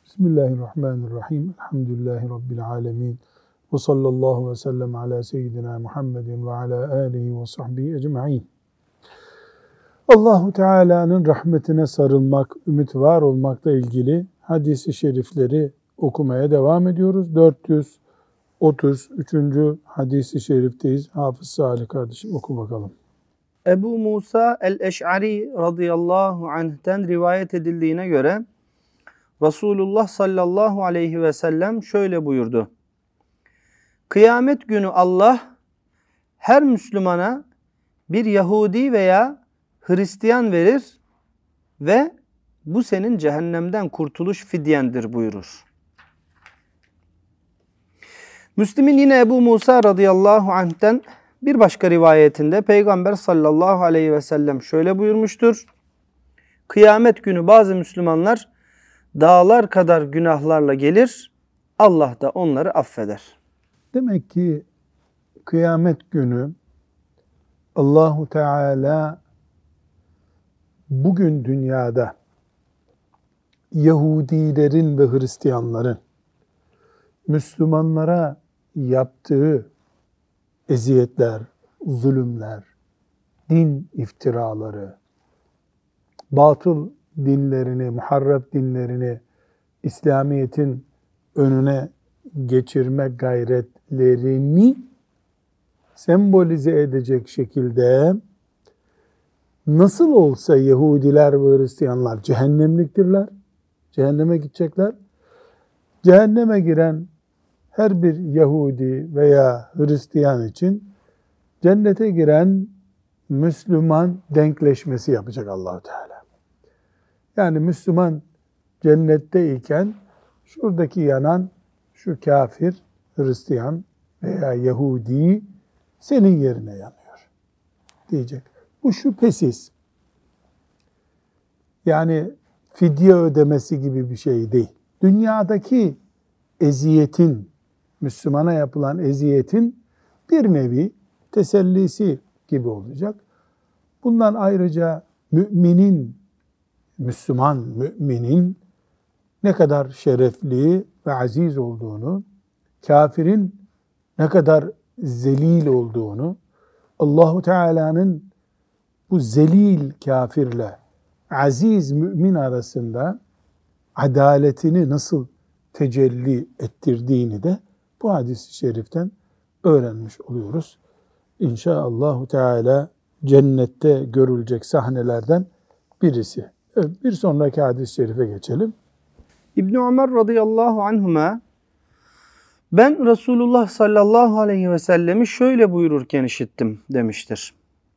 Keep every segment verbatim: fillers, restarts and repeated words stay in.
Bismillahirrahmanirrahim. Elhamdülillahi Rabbil alemin. Ve sallallahu ve sellem ala seyyidina Muhammedin ve ala alihi ve sahbihi ecma'in. Allahu Teala'nın rahmetine sarılmak, ümit var olmakla ilgili hadis-i şerifleri okumaya devam ediyoruz. dört yüz otuz üçüncü hadis-i şerifteyiz. Hafız Salih kardeşim oku bakalım. Ebu Musa el-Eş'ari radıyallahu anh'ten rivayet edildiğine göre Resulullah sallallahu aleyhi ve sellem şöyle buyurdu. Kıyamet günü Allah her Müslümana bir Yahudi veya Hristiyan verir ve bu senin cehennemden kurtuluş fidyendir buyurur. Müslim'in yine Ebu Musa radıyallahu anh'ten bir başka rivayetinde Peygamber sallallahu aleyhi ve sellem şöyle buyurmuştur. Kıyamet günü bazı Müslümanlar dağlar kadar günahlarla gelir, Allah da onları affeder. Demek ki kıyamet günü Allahu Teala bugün dünyada Yahudilerin ve Hristiyanların Müslümanlara yaptığı eziyetler, zulümler, din iftiraları, batıl dinlerini, muharref dinlerini İslamiyet'in önüne geçirme gayretlerini sembolize edecek şekilde nasıl olsa Yahudiler ve Hristiyanlar cehennemliktirler, cehenneme gidecekler. Cehenneme giren her bir Yahudi veya Hristiyan için cennete giren Müslüman denkleşmesi yapacak Allah-u Teala. Yani Müslüman cennetteyken şuradaki yanan şu kafir, Hristiyan veya Yahudi senin yerine yanıyor diyecek. Bu şüphesiz. Yani fidye ödemesi gibi bir şey değil. Dünyadaki eziyetin, Müslümana yapılan eziyetin bir nevi tesellisi gibi olacak. Bundan ayrıca müminin, Müslüman müminin ne kadar şerefli ve aziz olduğunu, kafirin ne kadar zelil olduğunu, Allahu Teala'nın bu zelil kafirle aziz mümin arasında adaletini nasıl tecelli ettirdiğini de bu hadis-i şeriften öğrenmiş oluyoruz. İnşaallahu Teala cennette görülecek sahnelerden birisi. Evet, bir sonraki hadis-i şerife geçelim. İbn Ömer radıyallahu anhuma ben Resulullah sallallahu aleyhi ve sellemi şöyle buyururken işittim demiştir.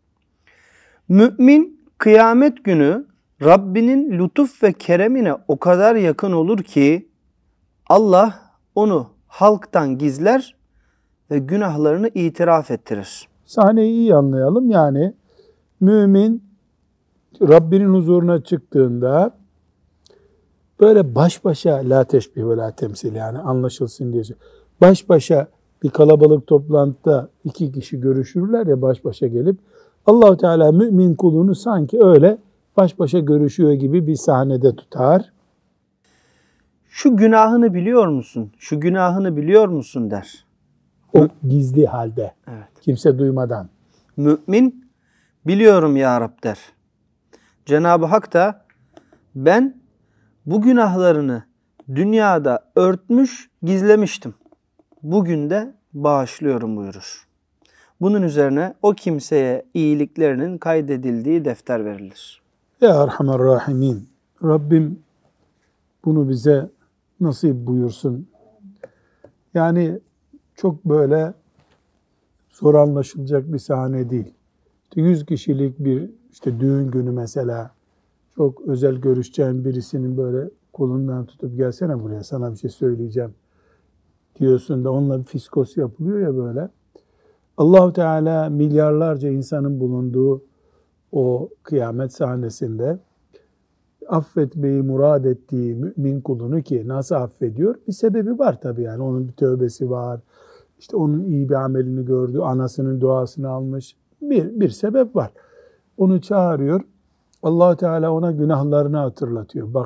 Mümin kıyamet günü Rabbinin lütuf ve keremine o kadar yakın olur ki Allah onu halktan gizler ve günahlarını itiraf ettirir. Sahneyi iyi anlayalım. Yani mümin Rabbinin huzuruna çıktığında böyle baş başa la teşbih ve la temsil yani anlaşılsın diye. Baş başa bir kalabalık toplantıda iki kişi görüşürler ya baş başa gelip Allah-u Teala mümin kulunu sanki öyle baş başa görüşüyor gibi bir sahnede tutar. Şu günahını biliyor musun? Şu günahını biliyor musun der. O gizli halde. Evet. Kimse duymadan. Mümin biliyorum ya Rab der. Cenab-ı Hak da ben bu günahlarını dünyada örtmüş, gizlemiştim. Bugün de bağışlıyorum buyurur. Bunun üzerine o kimseye iyiliklerinin kaydedildiği defter verilir. Ya Erhamer Rahimin. Rabbim bunu bize nasip buyursun. Yani çok böyle zor anlaşılacak bir sahne değil. İşte yüz kişilik bir işte düğün günü mesela çok özel görüşeceğin birisinin böyle kolundan tutup gelsene buraya sana bir şey söyleyeceğim diyorsun da onunla bir fiskos yapılıyor ya böyle. Allah-u Teala milyarlarca insanın bulunduğu o kıyamet sahnesinde affetmeyi murad ettiği mümin kulunu ki nasıl affediyor? Bir sebebi var tabii yani. Onun bir tövbesi var. İşte onun iyi bir amelini gördü. Anasının duasını almış. Bir, bir sebep var. Onu çağırıyor. Allah-u Teala ona günahlarını hatırlatıyor. Bak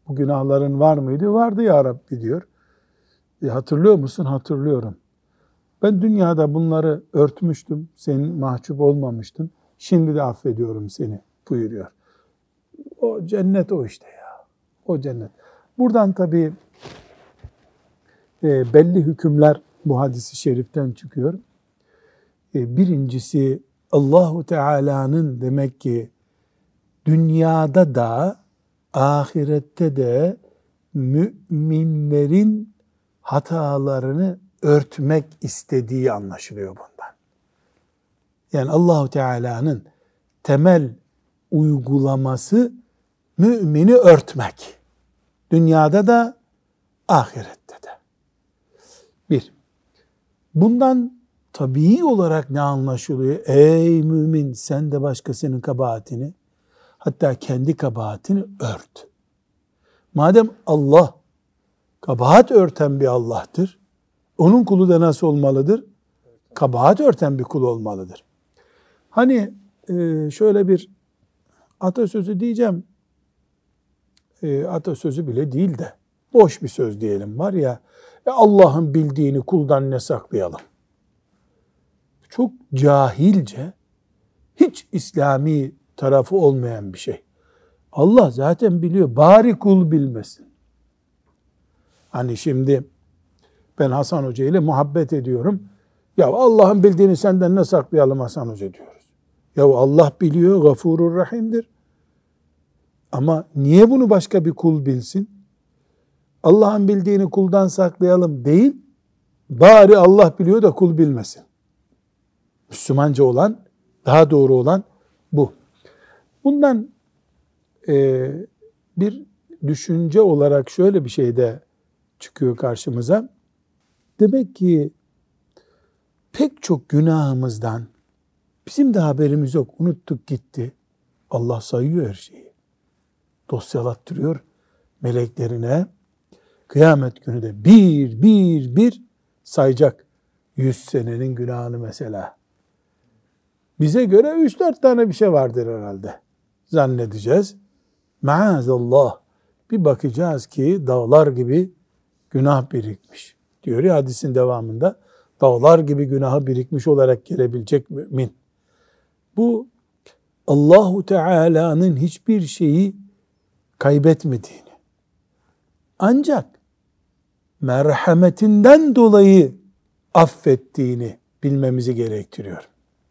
Bu günahların var mıydı? Vardı ya Rabbi diyor. E, hatırlıyor musun? Hatırlıyorum. Ben dünyada bunları örtmüştüm. Senin mahcup olmamıştın. Şimdi de affediyorum seni buyuruyor. O cennet o işte ya. O cennet. Buradan tabii e, belli hükümler bu hadis-i şeriften çıkıyor. E, birincisi Allahu Teala'nın demek ki dünyada da ahirette de müminlerin hatalarını örtmek istediği anlaşılıyor bundan. Yani Allahu Teala'nın temel uygulaması mümini örtmek. Dünyada da ahirette de. Bir. Bundan tabii olarak ne anlaşılıyor? Ey mümin, sen de başkasının kabahatini, hatta kendi kabahatini ört. Madem Allah kabahat örten bir Allah'tır, onun kulu da nasıl olmalıdır? Kabahat örten bir kul olmalıdır. Hani şöyle bir atasözü diyeceğim, atasözü bile değil de boş bir söz diyelim var ya, Allah'ın bildiğini kuldan ne saklayalım? Çok cahilce, hiç İslami tarafı olmayan bir şey. Allah zaten biliyor, bari kul bilmesin. Hani şimdi ben Hasan Hoca ile muhabbet ediyorum. Ya Allah'ın bildiğini senden ne saklayalım Hasan Hoca diyoruz. Ya Allah biliyor, Gafurur Rahim'dir. Ama niye bunu başka bir kul bilsin? Allah'ın bildiğini kuldan saklayalım değil, bari Allah biliyor da kul bilmesin. Müslümanca olan, daha doğru olan bu. Bundan e, bir düşünce olarak şöyle bir şey de çıkıyor karşımıza. Demek ki pek çok günahımızdan bizim de haberimiz yok, unuttuk gitti. Allah sayıyor her şeyi. Dosyalattırıyor meleklerine. Kıyamet günü de bir bir bir sayacak. Yüz senenin günahını mesela. Bize göre üç dört tane bir şey vardır herhalde. Zannedeceğiz. Maazallah. Bir bakacağız ki dağlar gibi günah birikmiş. Diyor ya hadisin devamında. Dağlar gibi günahı birikmiş olarak gelebilecek mümin. Bu Allahu Teala'nın hiçbir şeyi kaybetmediğini, ancak merhametinden dolayı affettiğini bilmemizi gerektiriyor.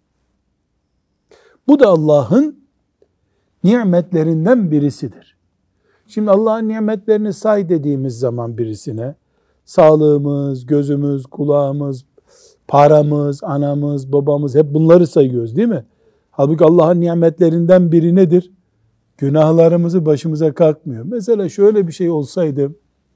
Bu da Allah'ın nimetlerinden birisidir. Şimdi Allah'ın nimetlerini say dediğimiz zaman birisine, sağlığımız, gözümüz, kulağımız, paramız, anamız, babamız, hep bunları sayıyoruz değil mi? Halbuki Allah'ın nimetlerinden biri nedir? Günahlarımızı başımıza kalkmıyor. Mesela şöyle bir şey olsaydı,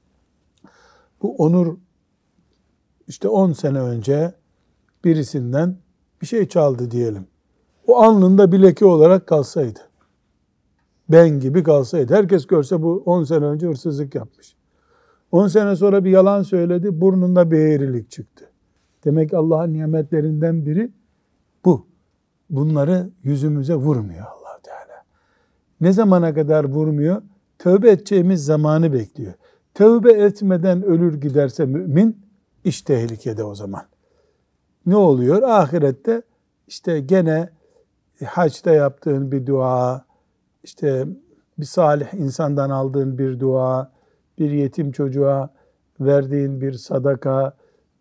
bu Onur işte on sene önce birisinden bir şey çaldı diyelim. O alnında bir leke olarak kalsaydı, ben gibi kalsaydı, herkes görse bu on sene önce hırsızlık yapmış. on sene sonra bir yalan söyledi, burnunda bir eğrilik çıktı. Demek Allah'ın nimetlerinden biri bu. Bunları yüzümüze vurmuyor Allah Teala. Ne zamana kadar vurmuyor? Tövbe edeceğimiz zamanı bekliyor. Tövbe etmeden ölür giderse mümin, iş tehlikede o zaman. Ne oluyor? Ahirette işte gene haçta yaptığın bir dua, işte bir salih insandan aldığın bir dua, bir yetim çocuğa verdiğin bir sadaka,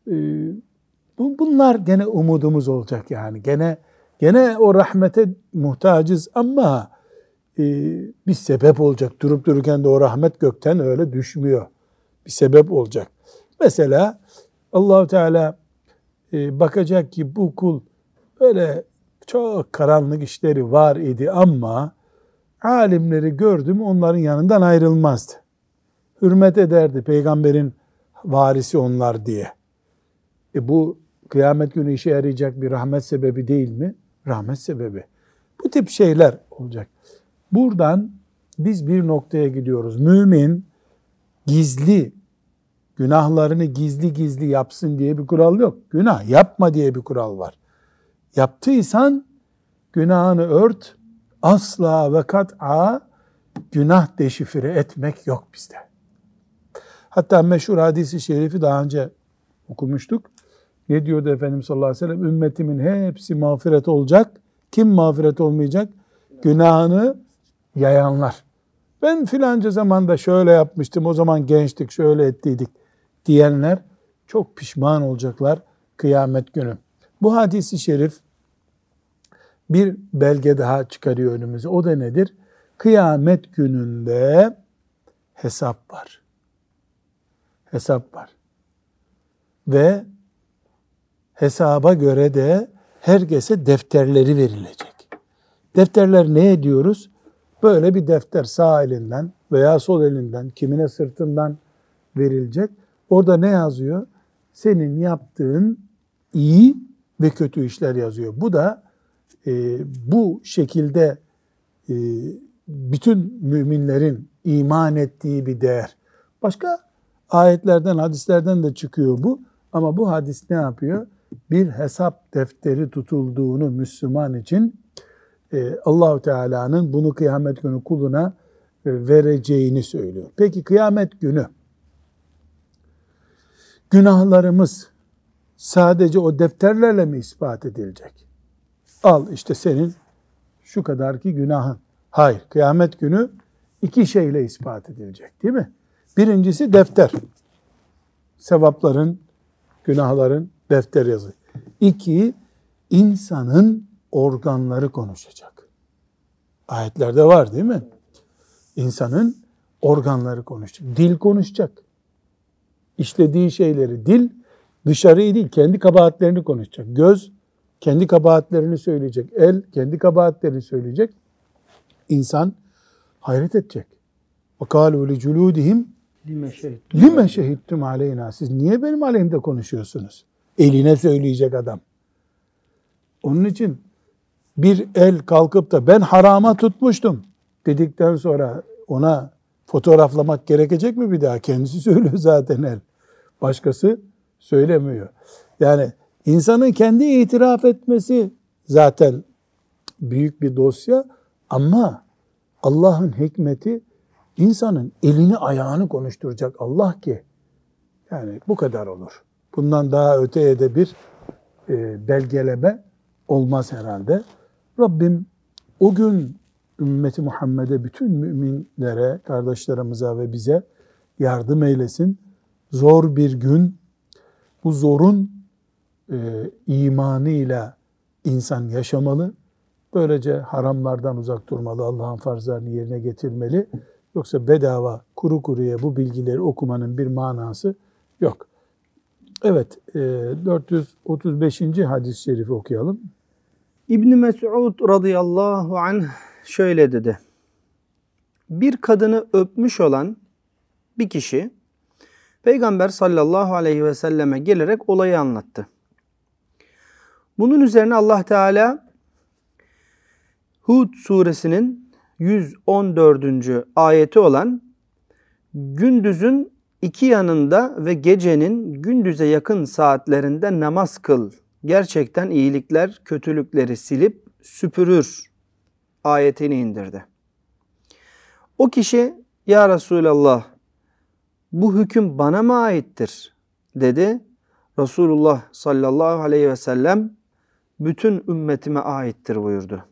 bunlar gene umudumuz olacak yani. Gene gene o rahmete muhtacız ama bir sebep olacak. Durup dururken de o rahmet gökten öyle düşmüyor. Bir sebep olacak. Mesela Allah-u Teala bakacak ki bu kul öyle çok karanlık işleri var idi ama alimleri gördü mü onların yanından ayrılmazdı. Hürmet ederdi peygamberin varisi onlar diye. E bu kıyamet günü işe yarayacak bir rahmet sebebi değil mi? Rahmet sebebi. Bu tip şeyler olacak. Buradan biz bir noktaya gidiyoruz. Mümin gizli, günahlarını gizli gizli yapsın diye bir kural yok. Günah yapma diye bir kural var. Yaptıysan günahını ört, asla ve kat'a günah deşifre etmek yok bizde. Hatta meşhur hadisi şerifi daha önce okumuştuk. Ne diyordu Efendimiz sallallahu aleyhi ve sellem? Ümmetimin hepsi mağfiret olacak. Kim mağfiret olmayacak? Günahını yayanlar. Ben filanca zamanda şöyle yapmıştım, o zaman gençtik, şöyle ettiydik diyenler çok pişman olacaklar kıyamet günü. Bu hadisi şerif bir belge daha çıkarıyor önümüze. O da nedir? Kıyamet gününde hesap var. Hesap var. Ve hesaba göre de herkese defterleri verilecek. Defterler ne diyoruz? Böyle bir defter sağ elinden veya sol elinden, kimine sırtından verilecek. Orada ne yazıyor? Senin yaptığın iyi ve kötü işler yazıyor. Bu da e, bu şekilde e, bütün müminlerin iman ettiği bir değer. Başka ayetlerden, hadislerden de çıkıyor bu. Ama bu hadis ne yapıyor? Bir hesap defteri tutulduğunu Müslüman için e, Allah-u Teala'nın bunu kıyamet günü kuluna e, vereceğini söylüyor. Peki kıyamet günü günahlarımız sadece o defterlerle mi ispat edilecek? Al işte senin şu kadarki günahın. Hayır, kıyamet günü iki şeyle ispat edilecek, değil mi? Birincisi defter. Sevapların, günahların defter yazı. İki, insanın organları konuşacak. Ayetlerde var değil mi? İnsanın organları konuşacak. Dil konuşacak. İşlediği şeyleri, dil dışarıyı değil, kendi kabahatlerini konuşacak. Göz kendi kabahatlerini söyleyecek. El kendi kabahatlerini söyleyecek. İnsan hayret edecek. وَقَالُوا لِجُلُودِهِمْ لِمَ شَهِدْتُمْ عَلَيْنَا Siz niye benim aleyhimde konuşuyorsunuz? Eline söyleyecek adam. Onun için bir el kalkıp da ben harama tutmuştum dedikten sonra ona fotoğraflamak gerekecek mi bir daha? Kendisi söylüyor zaten el. Başkası söylemiyor. Yani insanın kendi itiraf etmesi zaten büyük bir dosya ama Allah'ın hikmeti insanın elini ayağını konuşturacak Allah ki yani bu kadar olur. Bundan daha öteye de bir e, belgeleme olmaz herhalde. Rabbim o gün ümmeti Muhammed'e, bütün müminlere, kardeşlerimize ve bize yardım eylesin. Zor bir gün, bu zorun e, imanıyla insan yaşamalı. Böylece haramlardan uzak durmalı, Allah'ın farzlarını yerine getirmeli. Yoksa bedava, kuru kuruya bu bilgileri okumanın bir manası yok. Evet, e, dört yüz otuz beşinci hadis-i şerifi okuyalım. İbn Mes'ud radıyallahu anh şöyle dedi. Bir kadını öpmüş olan bir kişi Peygamber sallallahu aleyhi ve selleme gelerek olayı anlattı. Bunun üzerine Allah Teala Hud suresinin yüz on dördüncü ayeti olan gündüzün iki yanında ve gecenin gündüze yakın saatlerinde namaz kıl. Gerçekten iyilikler kötülükleri silip süpürür ayetini indirdi. O kişi ya Resulallah bu hüküm bana mı aittir dedi. Resulullah sallallahu aleyhi ve sellem bütün ümmetime aittir buyurdu.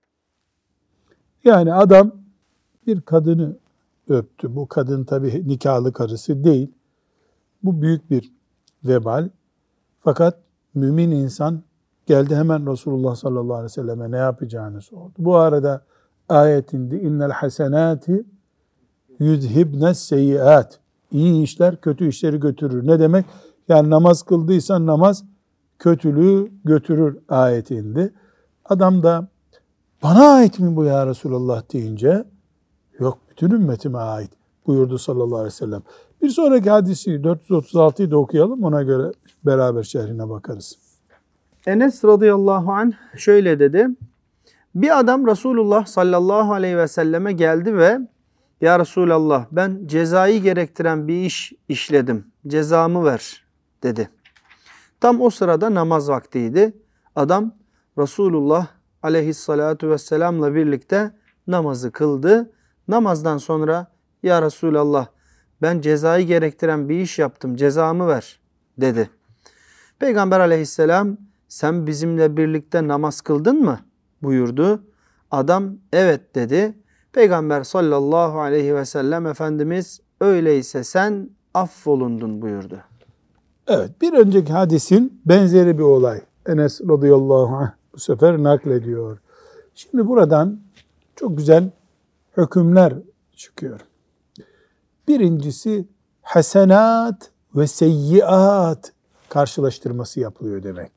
Yani adam bir kadını öptü. Bu kadın tabii nikahlı karısı değil. Bu büyük bir vebal. Fakat mümin insan geldi hemen Resulullah sallallahu aleyhi ve selleme ne yapacağını sordu. Bu arada ayet indi. İnnel hasenati yuzhibnes seyyiat. İyi işler kötü işleri götürür. Ne demek? Yani namaz kıldıysan namaz kötülüğü götürür ayeti indi. Adam da bana ait mi bu ya Resulullah deyince yok bütün ümmetime ait buyurdu sallallahu aleyhi ve sellem. Bir sonraki hadisi dört yüz otuz altıyı da okuyalım, ona göre beraber şerhine bakarız. Enes radıyallahu anh şöyle dedi. Bir adam Resulullah sallallahu aleyhi ve selleme geldi ve ya Resulallah ben cezayı gerektiren bir iş işledim. Cezamı ver dedi. Tam o sırada namaz vaktiydi. Adam Resulullah aleyhissalatu vesselamla birlikte namazı kıldı. Namazdan sonra ya Resulallah ben cezayı gerektiren bir iş yaptım, cezamı ver dedi. Peygamber aleyhisselam sen bizimle birlikte namaz kıldın mı buyurdu. Adam evet dedi. Peygamber sallallahu aleyhi ve sellem Efendimiz öyleyse sen affolundun buyurdu. Evet, bir önceki hadisin benzeri bir olay. Enes radıyallahu anh bu sefer naklediyor. Şimdi buradan çok güzel hükümler çıkıyor. Birincisi hasenat ve seyyiat karşılaştırması yapılıyor demek.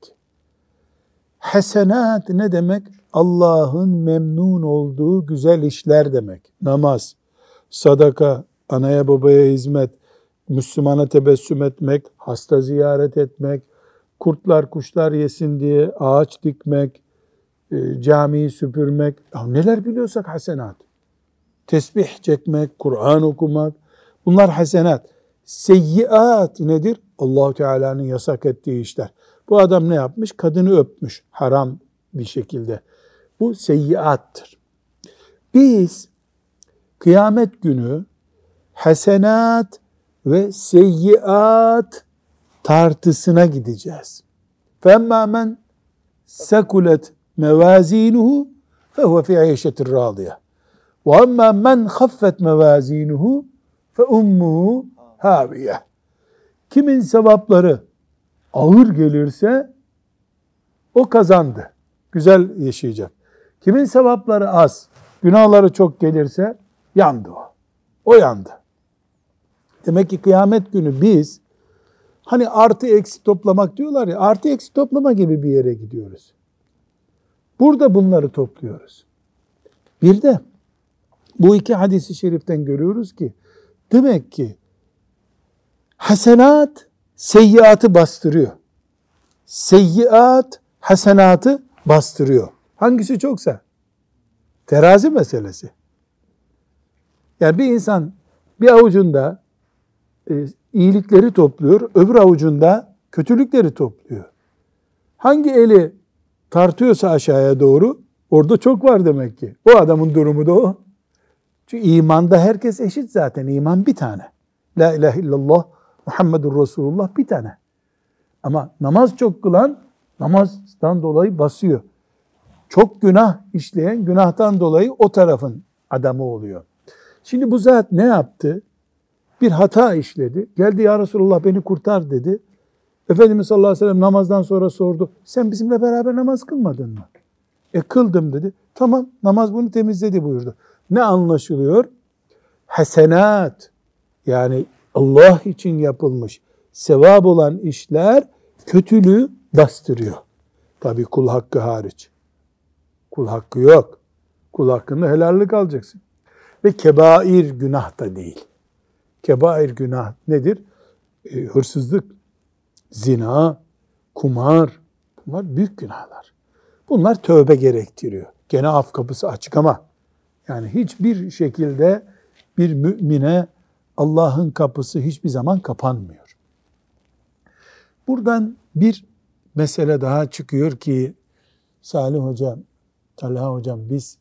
Hasenat ne demek? Allah'ın memnun olduğu güzel işler demek. Namaz, sadaka, anaya babaya hizmet, Müslümana tebessüm etmek, hasta ziyaret etmek, kurtlar kuşlar yesin diye ağaç dikmek, e, camiyi süpürmek. Ya neler biliyorsak hasenat. Tesbih çekmek, Kur'an okumak. Bunlar hasenat. Seyyiat nedir? Allah-u Teala'nın yasak ettiği işler. Bu adam ne yapmış? Kadını öpmüş haram bir şekilde. Bu seyyiattır. Biz kıyamet günü hasenat ve seyyiat tartısına gideceğiz. فَاَمَّا مَنْ سَكُلَتْ مَوَازِينُهُ فَهُوَ فِي عَيْشَةٍ رَاضِيَةٍ وَاَمَّا مَنْ خَفَّتْ مَوَازِينُهُ فَاُمُّهُ هَاوِيَةٍ Kimin sevapları ağır gelirse o kazandı. Güzel yaşayacak. Kimin sevapları az, günahları çok gelirse yandı o. O yandı. Demek ki kıyamet günü biz hani artı eksi toplamak diyorlar ya, artı eksi toplama gibi bir yere gidiyoruz. Burada bunları topluyoruz. Bir de bu iki hadisi şeriften görüyoruz ki demek ki hasenat seyyiatı bastırıyor. Seyyiat hasenatı bastırıyor. Hangisi çoksa? Terazi meselesi. Yani bir insan bir avucunda e, iyilikleri topluyor, öbür avucunda kötülükleri topluyor. Hangi eli tartıyorsa aşağıya doğru, orada çok var demek ki. O adamın durumu da o. Çünkü imanda herkes eşit zaten. İman bir tane. La ilahe illallah Muhammedur Resulullah bir tane. Ama namaz çok kılan namazdan dolayı basıyor. Çok günah işleyen günahtan dolayı o tarafın adamı oluyor. Şimdi bu zat ne yaptı? Bir hata işledi. Geldi ya Resulullah beni kurtar dedi. Efendimiz sallallahu aleyhi ve sellem namazdan sonra sordu. Sen bizimle beraber namaz kılmadın mı? E kıldım dedi. Tamam namaz bunu temizledi buyurdu. Ne anlaşılıyor? Hasenat yani Allah için yapılmış sevap olan işler kötülüğü bastırıyor. Tabi kul hakkı hariç. Kul hakkı yok. Kul hakkında helallik alacaksın. Ve kebair günah da değil. Kebair günah nedir? E, hırsızlık, zina, kumar. Bunlar büyük günahlar. Bunlar tövbe gerektiriyor. Gene af kapısı açık ama yani hiçbir şekilde bir mümine Allah'ın kapısı hiçbir zaman kapanmıyor. Buradan bir mesele daha çıkıyor ki Salih Hocam, Talha Hocam biz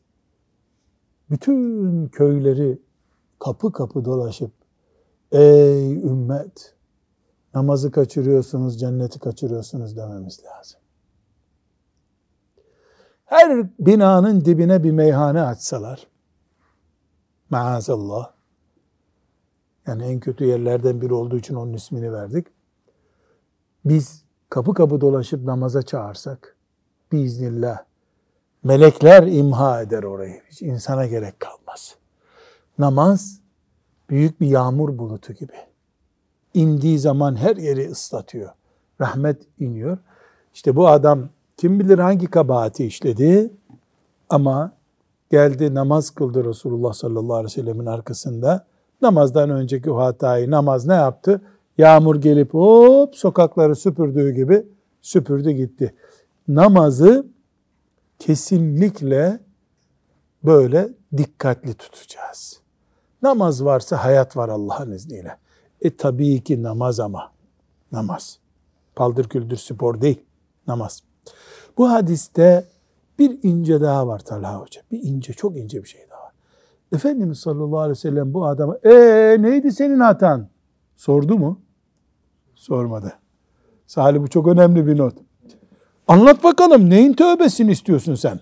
bütün köyleri kapı kapı dolaşıp ey ümmet namazı kaçırıyorsunuz, cenneti kaçırıyorsunuz dememiz lazım. Her binanın dibine bir meyhane açsalar, maazallah, yani en kötü yerlerden biri olduğu için onun ismini verdik. Biz kapı kapı dolaşıp namaza çağırsak, biiznillah, melekler imha eder orayı. Hiç insana gerek kalmaz. Namaz, büyük bir yağmur bulutu gibi. İndiği zaman her yeri ıslatıyor. Rahmet iniyor. İşte bu adam kim bilir hangi kabahati işledi ama geldi namaz kıldı Resulullah sallallahu aleyhi ve sellemin arkasında. Namazdan önceki o hatayı namaz ne yaptı? Yağmur gelip hop sokakları süpürdüğü gibi süpürdü gitti. Namazı kesinlikle böyle dikkatli tutacağız. Namaz varsa hayat var Allah'ın izniyle. E tabii ki namaz ama. Namaz. Paldır küldür spor değil. Namaz. Bu hadiste bir ince daha var Talha Hoca. Bir ince, çok ince bir şey daha var. Efendimiz sallallahu aleyhi ve sellem bu adama ee neydi senin hatan sordu mu? Sormadı. Salih, bu çok önemli bir not. Anlat bakalım, neyin tövbesini istiyorsun sen?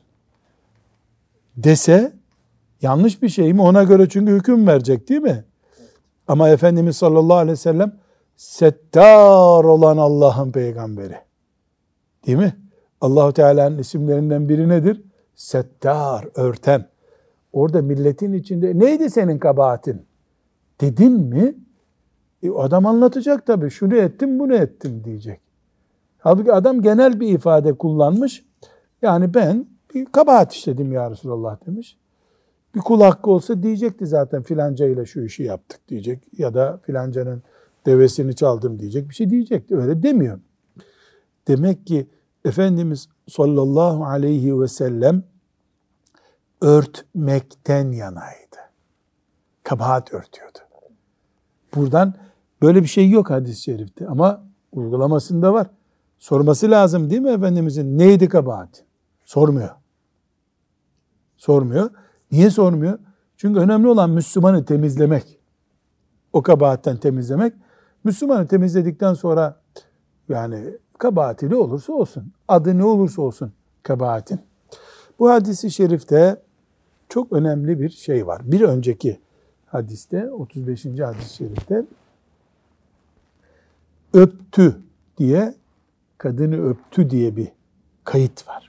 Dese yanlış bir şey mi? Ona göre çünkü hüküm verecek, değil mi? Ama Efendimiz sallallahu aleyhi ve sellem Settar olan Allah'ın peygamberi. Değil mi? Allah-u Teala'nın isimlerinden biri nedir? Settar, örten. Orada milletin içinde neydi senin kabahatin dedin mi? E, adam anlatacak tabii. Şunu ettim, bunu ettim diyecek. Halbuki adam genel bir ifade kullanmış. Yani ben bir kabahat işledim ya Resulallah demiş. Bir kul hakkı olsa diyecekti zaten, filanca ile şu işi yaptık diyecek. Ya da filancanın devesini çaldım diyecek. Bir şey diyecekti. Öyle demiyor. Demek ki Efendimiz sallallahu aleyhi ve sellem örtmekten yanaydı. Kabahat örtüyordu. Buradan böyle bir şey yok hadis-i şerifte ama uygulamasında var. Sorması lazım değil mi Efendimizin? Neydi kabahat? Sormuyor. Sormuyor. Niye sormuyor? Çünkü önemli olan Müslümanı temizlemek. O kabahatten temizlemek. Müslümanı temizledikten sonra yani kabahati ne olursa olsun, adı ne olursa olsun kabahatin. Bu hadis-i şerifte çok önemli bir şey var. Bir önceki hadiste, otuz beşinci hadis-i şerifte öptü diye, kadını öptü diye bir kayıt var.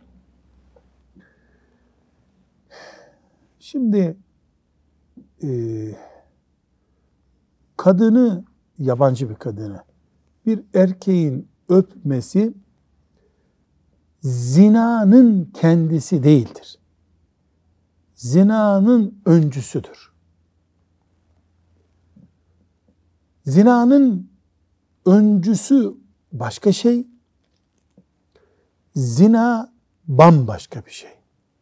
Şimdi e, kadını, yabancı bir kadını bir erkeğin öpmesi zinanın kendisi değildir. Zinanın öncüsüdür. Zinanın öncüsü başka şey, zina bambaşka bir şey.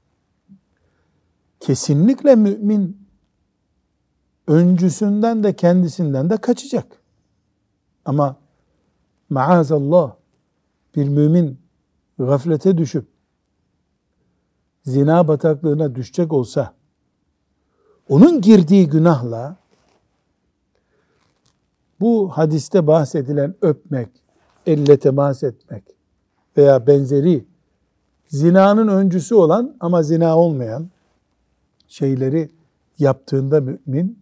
Kesinlikle mümin öncüsünden de kendisinden de kaçacak. Ama maazallah bir mümin gaflete düşüp zina bataklığına düşecek olsa onun girdiği günahla bu hadiste bahsedilen öpmek, elle temas etmek veya benzeri zinanın öncüsü olan ama zina olmayan şeyleri yaptığında mümin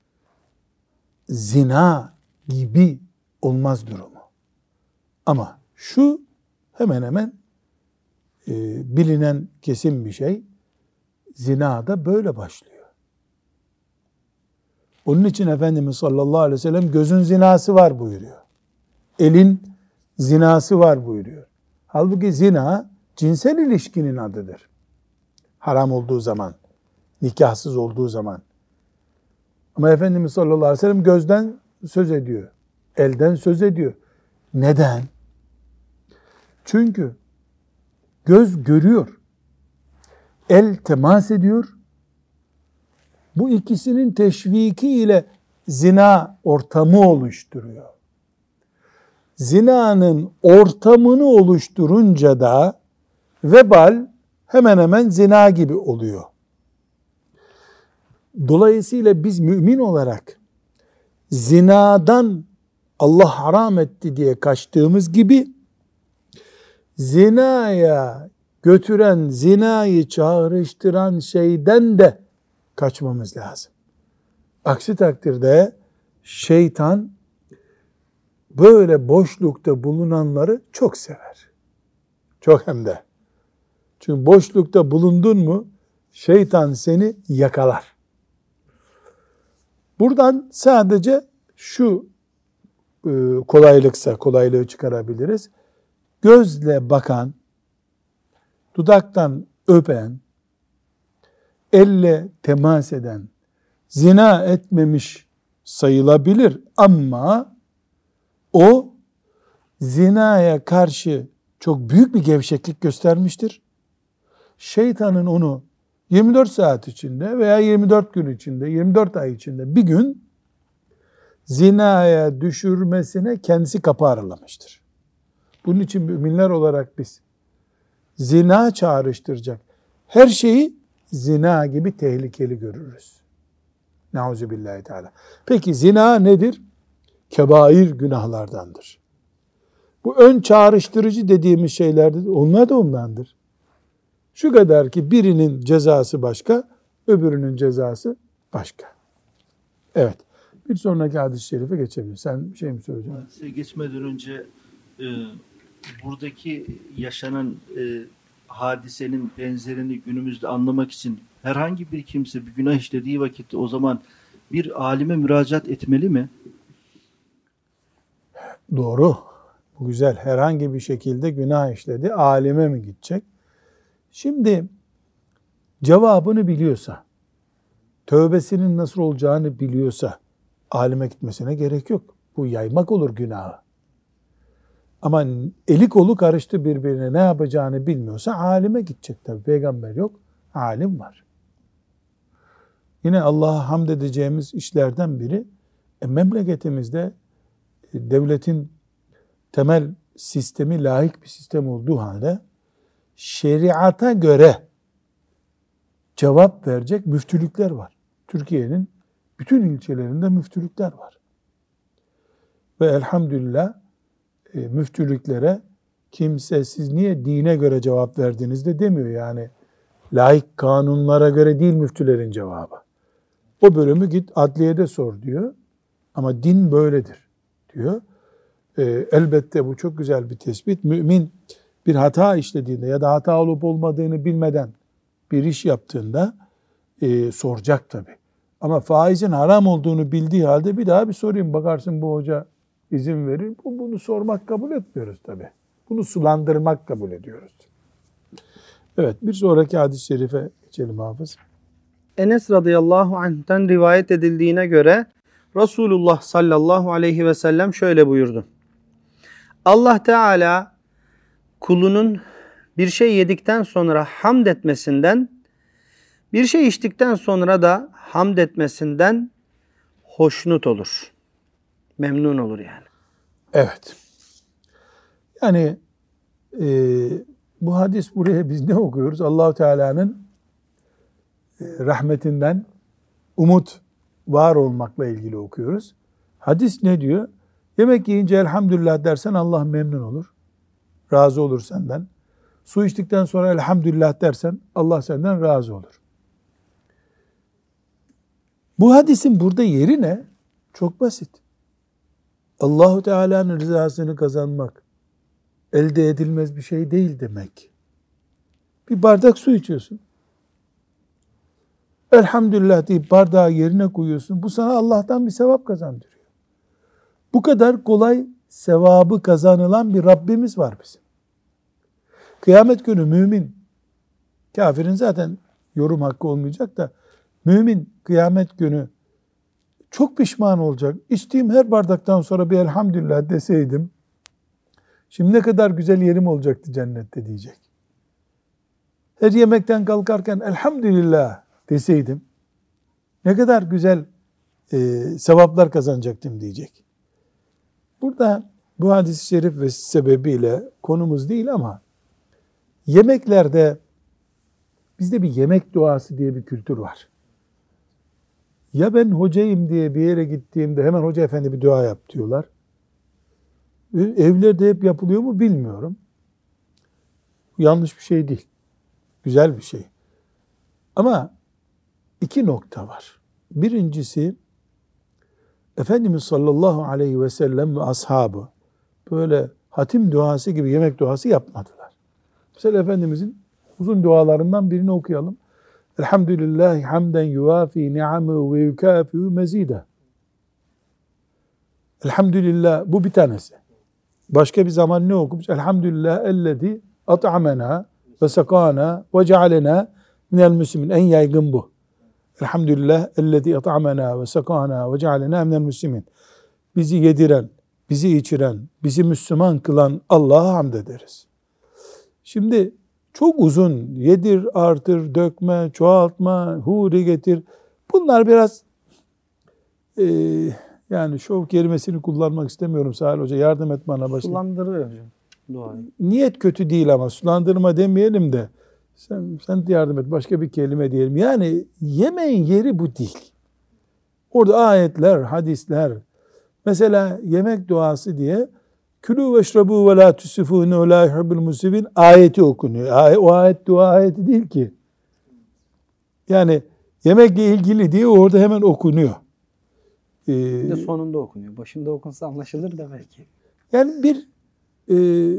zina gibi olmaz durumu. Ama şu hemen hemen e, bilinen kesin bir şey, zina da böyle başlıyor. Onun için Efendimiz sallallahu aleyhi ve sellem gözün zinası var buyuruyor. Elin zinası var buyuruyor. Halbuki zina cinsel ilişkinin adıdır. Haram olduğu zaman, nikahsız olduğu zaman. Ama Efendimiz sallallahu aleyhi ve sellem gözden söz ediyor. Elden söz ediyor. Neden? Çünkü göz görüyor. El temas ediyor. Bu ikisinin teşviki ile zina ortamı oluşturuyor. Zinanın ortamını oluşturunca da vebal hemen hemen zina gibi oluyor. Dolayısıyla biz mümin olarak zinadan Allah haram etti diye kaçtığımız gibi zinaya götüren, zinayı çağrıştıran şeyden de kaçmamız lazım. Aksi takdirde şeytan böyle boşlukta bulunanları çok sever. Çok hem de. Çünkü boşlukta bulundun mu şeytan seni yakalar. Buradan sadece şu e, kolaylıksa kolaylığı çıkarabiliriz. Gözle bakan, dudaktan öpen, elle temas eden, zina etmemiş sayılabilir ama o zinaya karşı çok büyük bir gevşeklik göstermiştir. Şeytanın onu yirmi dört saat içinde veya yirmi dört gün içinde, yirmi dört ay içinde bir gün zinaya düşürmesine kendisi kapı aralamıştır. Bunun için müminler olarak biz zina çağrıştıracak her şeyi zina gibi tehlikeli görürüz. Nauzubillahi teala. Peki zina nedir? Kebair günahlardandır. Bu ön çağrıştırıcı dediğimiz şeylerdir. Onlar da ondandır. Şu kadar ki birinin cezası başka, öbürünün cezası başka. Evet. Bir sonraki hadis-i şerife geçebiliriz. Sen bir şey mi söyleyeceksin? Hadise geçmeden önce e, buradaki yaşanan e, hadisenin benzerini günümüzde anlamak için herhangi bir kimse bir günah işlediği vakitte o zaman bir alime müracaat etmeli mi? Doğru. Bu güzel. Herhangi bir şekilde günah işledi. Alime mi gidecek? Şimdi cevabını biliyorsa, tövbesinin nasıl olacağını biliyorsa alime gitmesine gerek yok. Bu yaymak olur günahı. Ama eli kolu karıştı birbirine, ne yapacağını bilmiyorsa alime gidecek tabii. Peygamber yok, alim var. Yine Allah'a hamd edeceğimiz işlerden biri e, memleketimizde e, devletin temel sistemi laik bir sistem olduğu halde şeriata göre cevap verecek müftülükler var. Türkiye'nin bütün ilçelerinde müftülükler var. Ve elhamdülillah e, müftülüklere kimse siz niye dine göre cevap verdiniz de demiyor yani. Laik kanunlara göre değil müftülerin cevabı. O bölümü git adliyede sor diyor. Ama din böyledir diyor. E, elbette bu çok güzel bir tespit. Mümin bir hata işlediğinde ya da hata olup olmadığını bilmeden bir iş yaptığında e, soracak tabii. Ama faizin haram olduğunu bildiği halde bir daha bir sorayım. Bakarsın bu hoca izin verir. Bu, bunu sormak kabul etmiyoruz tabii. Bunu sulandırmak kabul ediyoruz. Evet, bir sonraki hadis-i şerife geçelim hafız. Enes radıyallahu anh'ten rivayet edildiğine göre Resulullah sallallahu aleyhi ve sellem şöyle buyurdu. Allah Teala kulunun bir şey yedikten sonra hamd etmesinden, bir şey içtikten sonra da hamd etmesinden hoşnut olur. Memnun olur yani. Evet. Yani e, bu hadis buraya biz ne okuyoruz? Allah-u Teala'nın e, rahmetinden umut var olmakla ilgili okuyoruz. Hadis ne diyor? Yemek yiyince elhamdülillah dersen Allah memnun olur. Razı olur senden. Su içtikten sonra elhamdülillah dersen Allah senden razı olur. Bu hadisin burada yeri ne? Çok basit. Allah-u Teala'nın rızasını kazanmak elde edilmez bir şey değil demek. Bir bardak su içiyorsun. Elhamdülillah deyip bardağı yerine koyuyorsun. Bu sana Allah'tan bir sevap kazandırıyor. Bu kadar kolay sevabı kazanılan bir Rabbimiz var bizim. Kıyamet günü mümin, kafirin zaten yorum hakkı olmayacak da, mümin kıyamet günü çok pişman olacak. İçtiğim her bardaktan sonra bir elhamdülillah deseydim, şimdi ne kadar güzel yerim olacaktı cennette diyecek. Her yemekten kalkarken elhamdülillah deseydim, ne kadar güzel e, sevaplar kazanacaktım diyecek. Burada bu hadis-i şerif ve sebebiyle konumuz değil ama yemeklerde bizde bir yemek duası diye bir kültür var. Ya ben hocayım diye bir yere gittiğimde hemen hoca efendi bir dua yap diyorlar. Evlerde hep yapılıyor mu bilmiyorum. Yanlış bir şey değil. Güzel bir şey. Ama iki nokta var. Birincisi, Efendimiz sallallahu aleyhi ve sellem ve ashabı böyle hatim duası gibi yemek duası yapmadılar. Mesela Efendimizin uzun dualarından birini okuyalım. Elhamdülillahi hamden yuvafi ni'amı ve yukafi'u mezide. Elhamdülillah, bu bir tanesi. Başka bir zaman ne okumuş? Elhamdülillah ellezî at'amena ve sakana ve cealena minel müslimin. En yaygın bu. Elhamdülillah ellezî at'amena ve sakana ve cealena minel müslimin. Bizi yediren, bizi içiren, bizi Müslüman kılan Allah'a hamd ederiz. Şimdi çok uzun yedir, artır, dökme, çoğaltma, huri getir. Bunlar biraz e, yani şov kelimesini kullanmak istemiyorum Salih Hoca. Yardım et bana başka. Sulandırıyor hocam duayı. Niyet kötü değil ama sulandırma demeyelim de sen, sen de yardım et başka bir kelime diyelim. Yani yemeğin yeri bu değil. Orada ayetler, hadisler, mesela yemek duası diye külü veşrebu ve la tusifû innehu lâ yuhibbul musifîn ayeti okunuyor. O ayet dua ayeti değil ki. Yani yemekle ilgili diye orada hemen okunuyor. Ee, bir de sonunda okunuyor. Başında okunsa anlaşılır da belki. Yani bir e,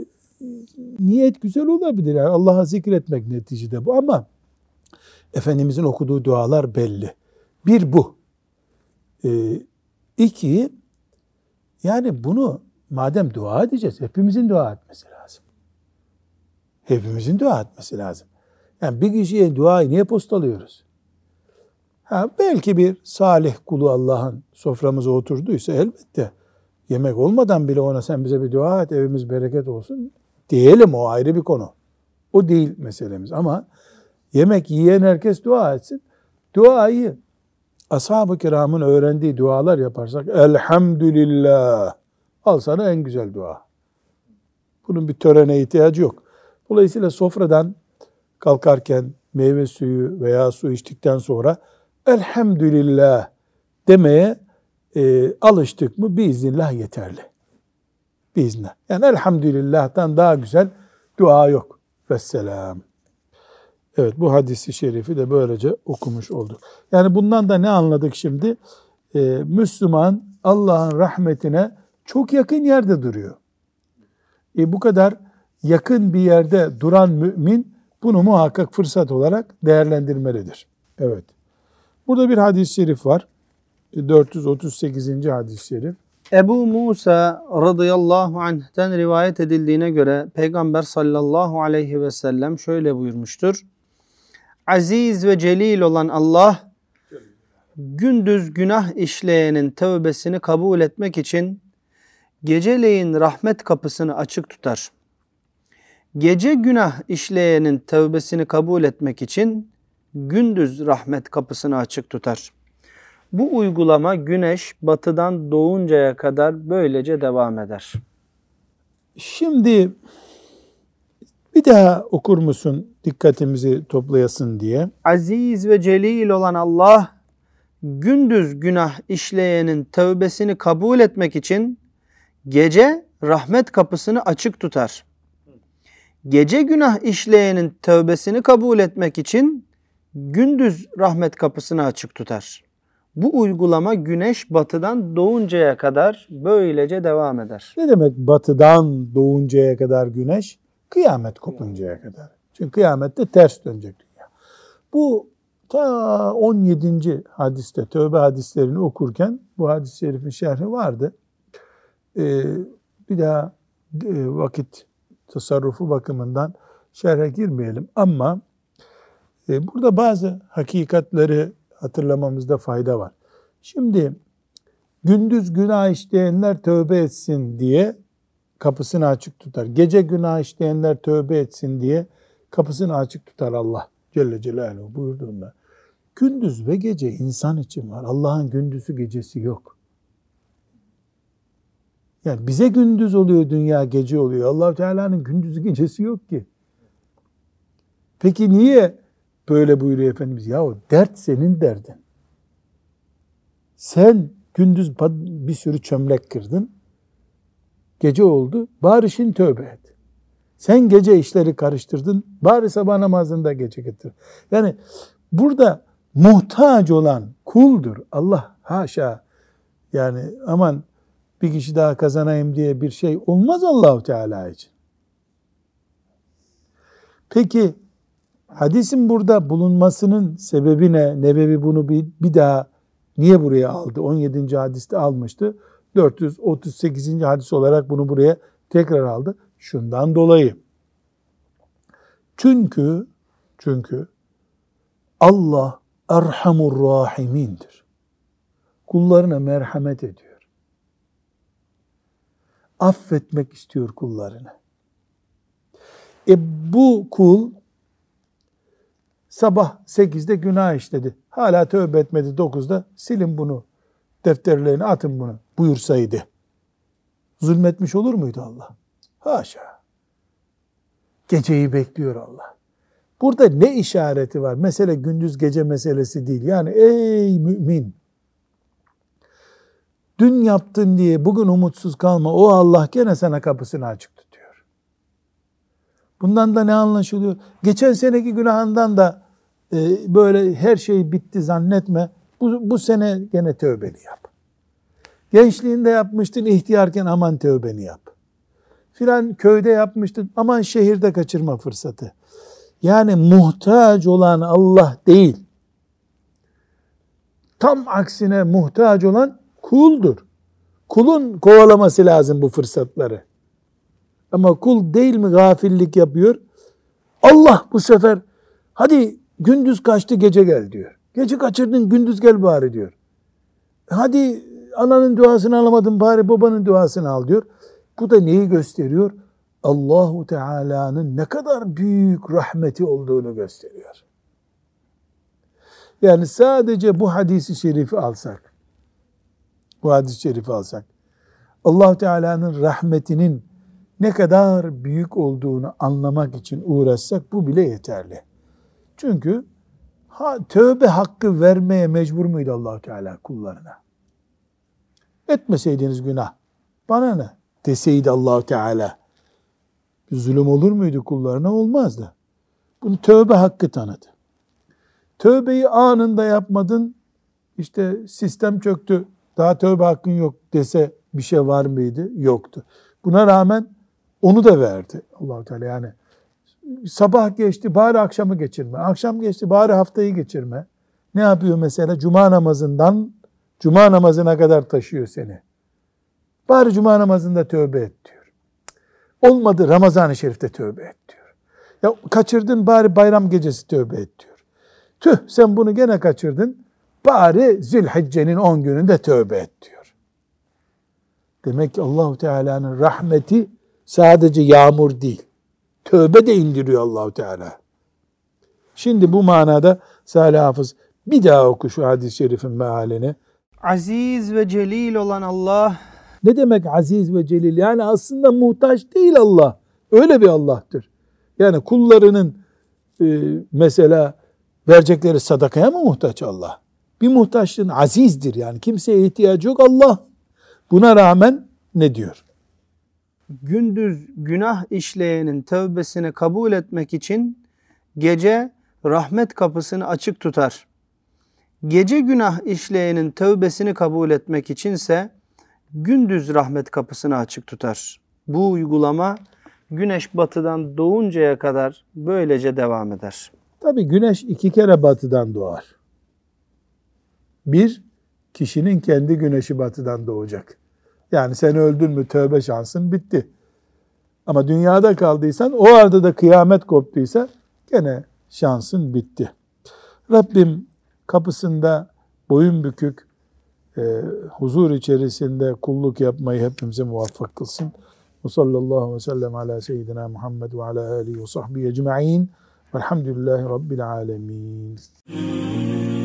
niyet güzel olabilir. Yani Allah'a zikretmek neticede bu ama Efendimizin okuduğu dualar belli. Bir bu. E, iki, yani bunu madem dua edeceğiz, hepimizin dua etmesi lazım. Hepimizin dua etmesi lazım. Yani bir kişiye duayı niye postalıyoruz? Ha, belki bir salih kulu Allah'ın soframıza oturduysa elbette yemek olmadan bile ona sen bize bir dua et, evimiz bereket olsun diyelim, o ayrı bir konu. O değil meselemiz ama yemek yiyen herkes dua etsin. Duayı ashab-ı kiramın öğrendiği dualar yaparsak elhamdülillah, al sana en güzel dua. Bunun bir törene ihtiyacı yok. Dolayısıyla sofradan kalkarken meyve suyu veya su içtikten sonra elhamdülillah demeye e, alıştık mı biiznillah yeterli. Biiznillah. Yani elhamdülillah'tan daha güzel dua yok. Vesselam. Evet, bu hadisi şerifi de böylece okumuş olduk. Yani bundan da ne anladık şimdi? Ee, Müslüman Allah'ın rahmetine çok yakın yerde duruyor. E, bu kadar yakın bir yerde duran mümin bunu muhakkak fırsat olarak değerlendirmelidir. Evet. Burada bir hadis-i şerif var. dört yüz otuz sekizinci hadis-i şerif. Ebu Musa radıyallahu anh'ten rivayet edildiğine göre Peygamber sallallahu aleyhi ve sellem şöyle buyurmuştur. Aziz ve celil olan Allah, gündüz günah işleyenin tövbesini kabul etmek için geceleyin rahmet kapısını açık tutar. Gece günah işleyenin tövbesini kabul etmek için gündüz rahmet kapısını açık tutar. Bu uygulama güneş batıdan doğuncaya kadar böylece devam eder. Şimdi bir daha okur musun dikkatimizi toplayasın diye? Aziz ve celil olan Allah, gündüz günah işleyenin tövbesini kabul etmek için gece rahmet kapısını açık tutar. Gece günah işleyenin tövbesini kabul etmek için gündüz rahmet kapısını açık tutar. Bu uygulama güneş batıdan doğuncaya kadar böylece devam eder. Ne demek batıdan doğuncaya kadar güneş? Kıyamet kopuncaya kadar. Çünkü kıyamette ters dönecek dünya. Bu ta on yedinci hadiste, tövbe hadislerini okurken bu hadis-i şerifin şerhi vardı. Ee, bir daha e, vakit tasarrufu bakımından şerhe girmeyelim ama e, burada bazı hakikatleri hatırlamamızda fayda var. Şimdi gündüz günah işleyenler tövbe etsin diye kapısını açık tutar. Gece günah işleyenler tövbe etsin diye kapısını açık tutar Allah Celle Celaluhu buyurduğunda. Gündüz ve gece insan için var. Allah'ın gündüzü gecesi yok. Yani bize gündüz oluyor, dünya gece oluyor. Allah-u Teala'nın gündüzü gecesi yok ki. Peki niye böyle buyuruyor Efendimiz? Ya o dert senin derdin. Sen gündüz bir sürü çömlek kırdın. Gece oldu. Bari şimdi tövbe et. Sen gece işleri karıştırdın. Bari sabah namazında gece getir. Yani burada muhtaç olan kuldur. Allah haşa. Yani aman bir kişi daha kazanayım diye bir şey olmaz Allah-u Teala için. Peki hadisin burada bulunmasının sebebi ne? Nebevi bunu bir, bir daha niye buraya aldı? on yedinci hadiste almıştı. dört yüz otuz sekizinci hadis olarak bunu buraya tekrar aldı. Şundan dolayı. Çünkü çünkü Allah Erhamur Rahimindir. Kullarına merhamet ediyor. Affetmek istiyor kullarını. E bu kul sabah sekizde günah işledi. Hala tövbe etmedi dokuzda. Silin bunu. Defterlerine atın bunu buyursaydı. Zulmetmiş olur muydu Allah? Haşa. Geceyi bekliyor Allah. Burada ne işareti var? Mesele gündüz gece meselesi değil. Yani ey mümin, Dün yaptın diye bugün umutsuz kalma. O Allah gene sana kapısını açık tutuyor. Bundan da ne anlaşılıyor? Geçen seneki günahından da e, böyle her şey bitti zannetme. Bu, bu sene gene tövbeni yap. Gençliğinde yapmıştın, ihtiyarken aman tövbeni yap. Filan köyde yapmıştın, aman şehirde kaçırma fırsatı. Yani muhtaç olan Allah değil. Tam aksine muhtaç olan kuldur. Kulun kovalaması lazım bu fırsatları. Ama kul değil mi gafillik yapıyor? Allah bu sefer hadi gündüz kaçtı gece gel diyor. Gece kaçırdın gündüz gel bari diyor. Hadi ananın duasını alamadın bari babanın duasını al diyor. Bu da neyi gösteriyor? Allahu Teala'nın ne kadar büyük rahmeti olduğunu gösteriyor. Yani sadece bu hadisi şerifi alsak, bu hadis-i şerifi alsak, Allah Teala'nın rahmetinin ne kadar büyük olduğunu anlamak için uğraşsak bu bile yeterli. Çünkü ha, tövbe hakkı vermeye mecbur muydu Allah Teala kullarına? Etmeseydiniz günah, bana ne deseydi Allah Teala, bir zulüm olur muydu kullarına? Olmazdı. Bunu tövbe hakkı tanıdı. Tövbeyi anında yapmadın, işte sistem çöktü, daha tövbe hakkın yok dese bir şey var mıydı? Yoktu. Buna rağmen onu da verdi Allah-u Teala. Yani sabah geçti bari akşamı geçirme, akşam geçti bari haftayı geçirme. Ne yapıyor mesela? Cuma namazından Cuma namazına kadar taşıyor seni. Bari Cuma namazında tövbe et diyor. Olmadı Ramazan-ı Şerif'te tövbe et diyor. Ya kaçırdın bari bayram gecesi tövbe et diyor. Tüh sen bunu gene kaçırdın. Bari Zülhicce'nin on gününde tövbe et diyor. Demek ki Allah-u Teala'nın rahmeti sadece yağmur değil. Tövbe de indiriyor Allah-u Teala. Şimdi bu manada Salih Hafız bir daha oku şu hadis-i şerifin mealini. Aziz ve celil olan Allah. Ne demek aziz ve celil? Yani aslında muhtaç değil Allah. Öyle bir Allah'tır. Yani kullarının e, mesela verecekleri sadakaya mı muhtaç Allah? Bir muhtaçlığın azizdir yani. Kimseye ihtiyacı yok Allah. Buna rağmen ne diyor? Gündüz günah işleyenin tövbesini kabul etmek için gece rahmet kapısını açık tutar. Gece günah işleyenin tövbesini kabul etmek içinse gündüz rahmet kapısını açık tutar. Bu uygulama güneş batıdan doğuncaya kadar böylece devam eder. Tabii güneş iki kere batıdan doğar. Bir, kişinin kendi güneşi batıdan doğacak. Yani sen öldün mü tövbe şansın bitti. Ama dünyada kaldıysan, o arada da kıyamet koptuysa gene şansın bitti. Rabbim kapısında boyun bükük, e, huzur içerisinde kulluk yapmayı hepimize muvaffak kılsın. Ve sallallahu aleyhi ve sellem ala seyyidina Muhammed ve ala alihi ve sahbihi ecma'in. Velhamdülillahi Rabbil alemin.